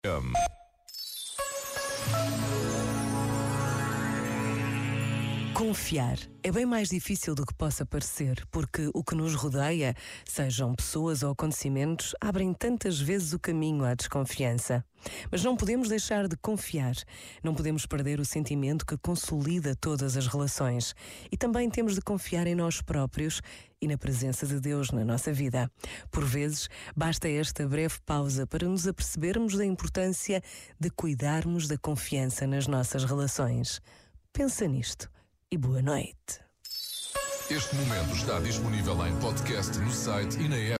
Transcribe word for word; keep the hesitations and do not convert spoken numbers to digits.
Um. Confiar é bem mais difícil do que possa parecer, porque o que nos rodeia, sejam pessoas ou acontecimentos, abrem tantas vezes o caminho à desconfiança. Mas não podemos deixar de confiar, não podemos perder o sentimento que consolida todas as relações. E também temos de confiar em nós próprios e na presença de Deus na nossa vida. Por vezes, basta esta breve pausa para nos apercebermos da importância de cuidarmos da confiança nas nossas relações. Pensa nisto. E boa noite. Este momento está disponível em podcast no site e na app.